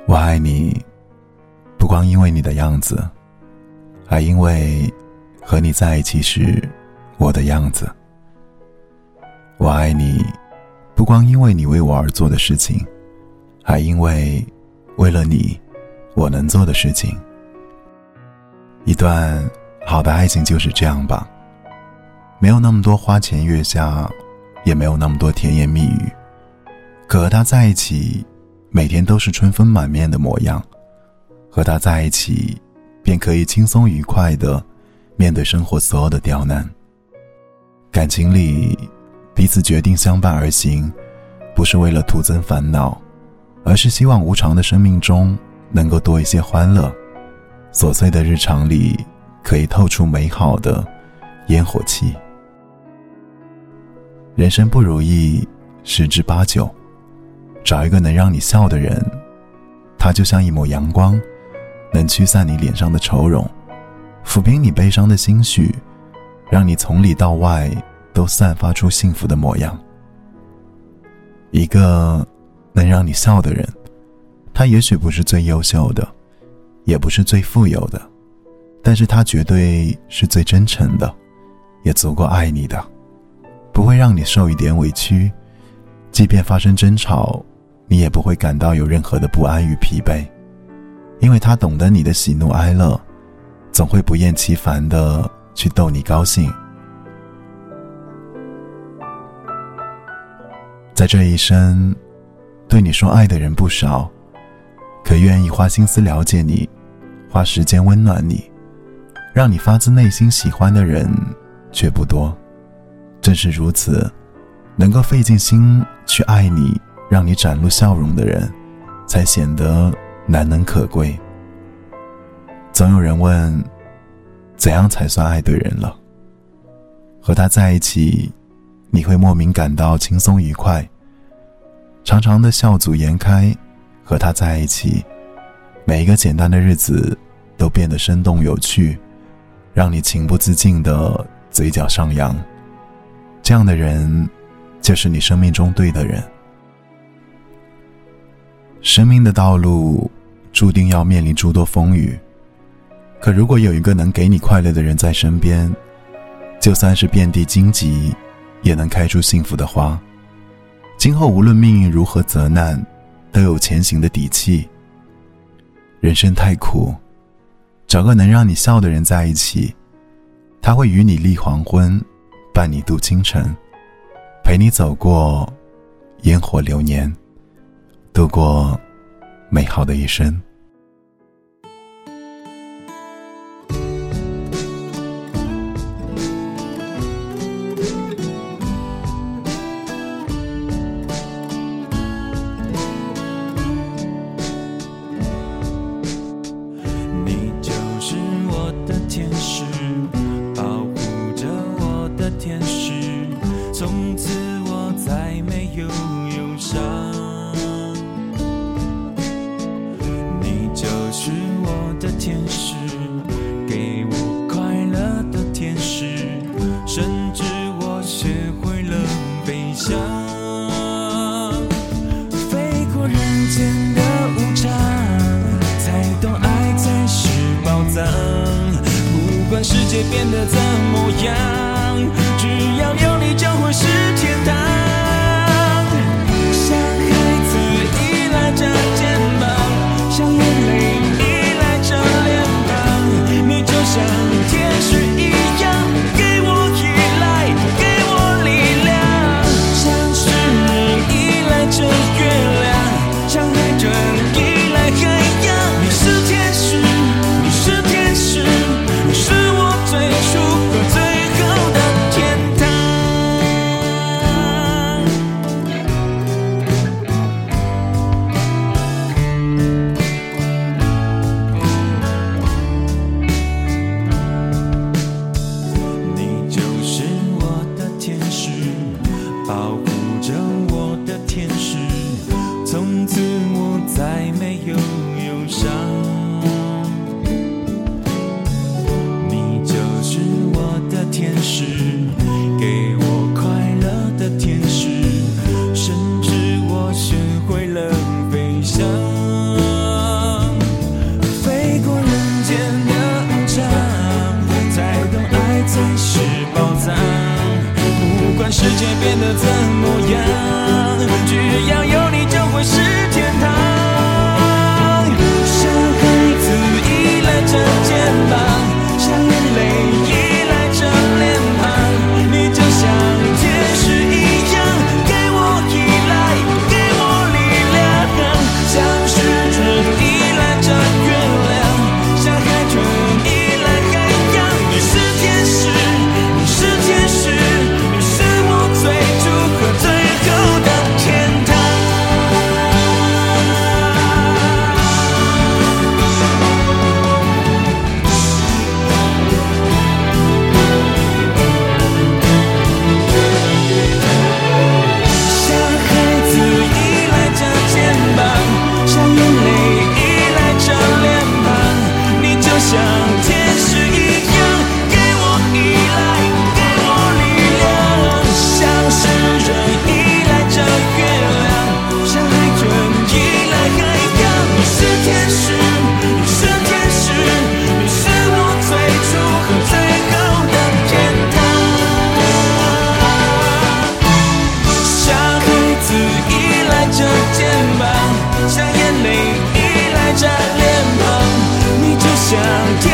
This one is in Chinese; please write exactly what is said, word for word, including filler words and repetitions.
我爱你，不光因为你的样子，还因为和你在一起时我的样子。我爱你，不光因为你为我而做的事情，还因为为了你我能做的事情。一段好的爱情就是这样吧，没有那么多花前月下，也没有那么多甜言蜜语，可和他在一起每天都是春风满面的模样，和他在一起便可以轻松愉快地面对生活所有的刁难。感情里彼此决定相伴而行，不是为了徒增烦恼，而是希望无常的生命中能够多一些欢乐，琐碎的日常里可以透出美好的烟火气。人生不如意十之八九，找一个能让你笑的人，他就像一抹阳光，能驱散你脸上的愁容，抚平你悲伤的心绪，让你从里到外都散发出幸福的模样。一个能让你笑的人，他也许不是最优秀的，也不是最富有的，但是他绝对是最真诚的，也足够爱你的，不会让你受一点委屈，即便发生争吵，你也不会感到有任何的不安与疲惫，因为他懂得你的喜怒哀乐，总会不厌其烦地去逗你高兴。在这一生，对你说爱的人不少，可愿意花心思了解你，花时间温暖你，让你发自内心喜欢的人却不多。正是如此，能够费尽心去爱你，让你展露笑容的人，才显得难能可贵。总有人问，怎样才算爱对人了？和他在一起，你会莫名感到轻松愉快，长长的笑逐颜开。和他在一起，每一个简单的日子都变得生动有趣，让你情不自禁的嘴角上扬。这样的人就是你生命中对的人。生命的道路注定要面临诸多风雨，可如果有一个能给你快乐的人在身边，就算是遍地荆棘也能开出幸福的花。今后无论命运如何责难，都有前行的底气。人生太苦，找个能让你笑的人在一起，他会与你立黄昏，伴你度清晨，陪你走过烟火流年，度过美好的一生。 从此我再没有忧伤，你就是我的天使，给我快乐的天使，甚至我学会了飞翔，飞过人间的无常，才懂爱才是宝藏。不管世界变得怎么样，只要有你就会是天堂。像孩子依赖着肩膀，像眼泪依赖着脸庞，你就像天使一样，给我依赖，给我力量。像是依赖着月亮，像海豚依赖海洋。你是天使，你是天使，你是我最初和最后的天堂。你就是我的天使，保护着我的天使，从此我再没有忧伤。天使，给我快乐的天使，甚至我学会了飞翔。 切变得怎么样？只要有你就会是天堂。像孩子依赖着肩膀，像眼泪依赖着脸庞，你就像天使一样，给我依赖，给我力量。像时针依赖着月亮，像海豚依赖海洋。你是天使，你是天使，你是我最初和最后的天堂。像孩子依赖着肩膀，像眼泪依赖着脸庞，你就像天使一样，给我依赖，给我力量。像诗人依赖着月亮，像海豚依赖海洋。你是天使，你是天使，你是我最初和最后的天堂。像孩子依赖着肩膀，像眼泪依赖着脸庞，你就像天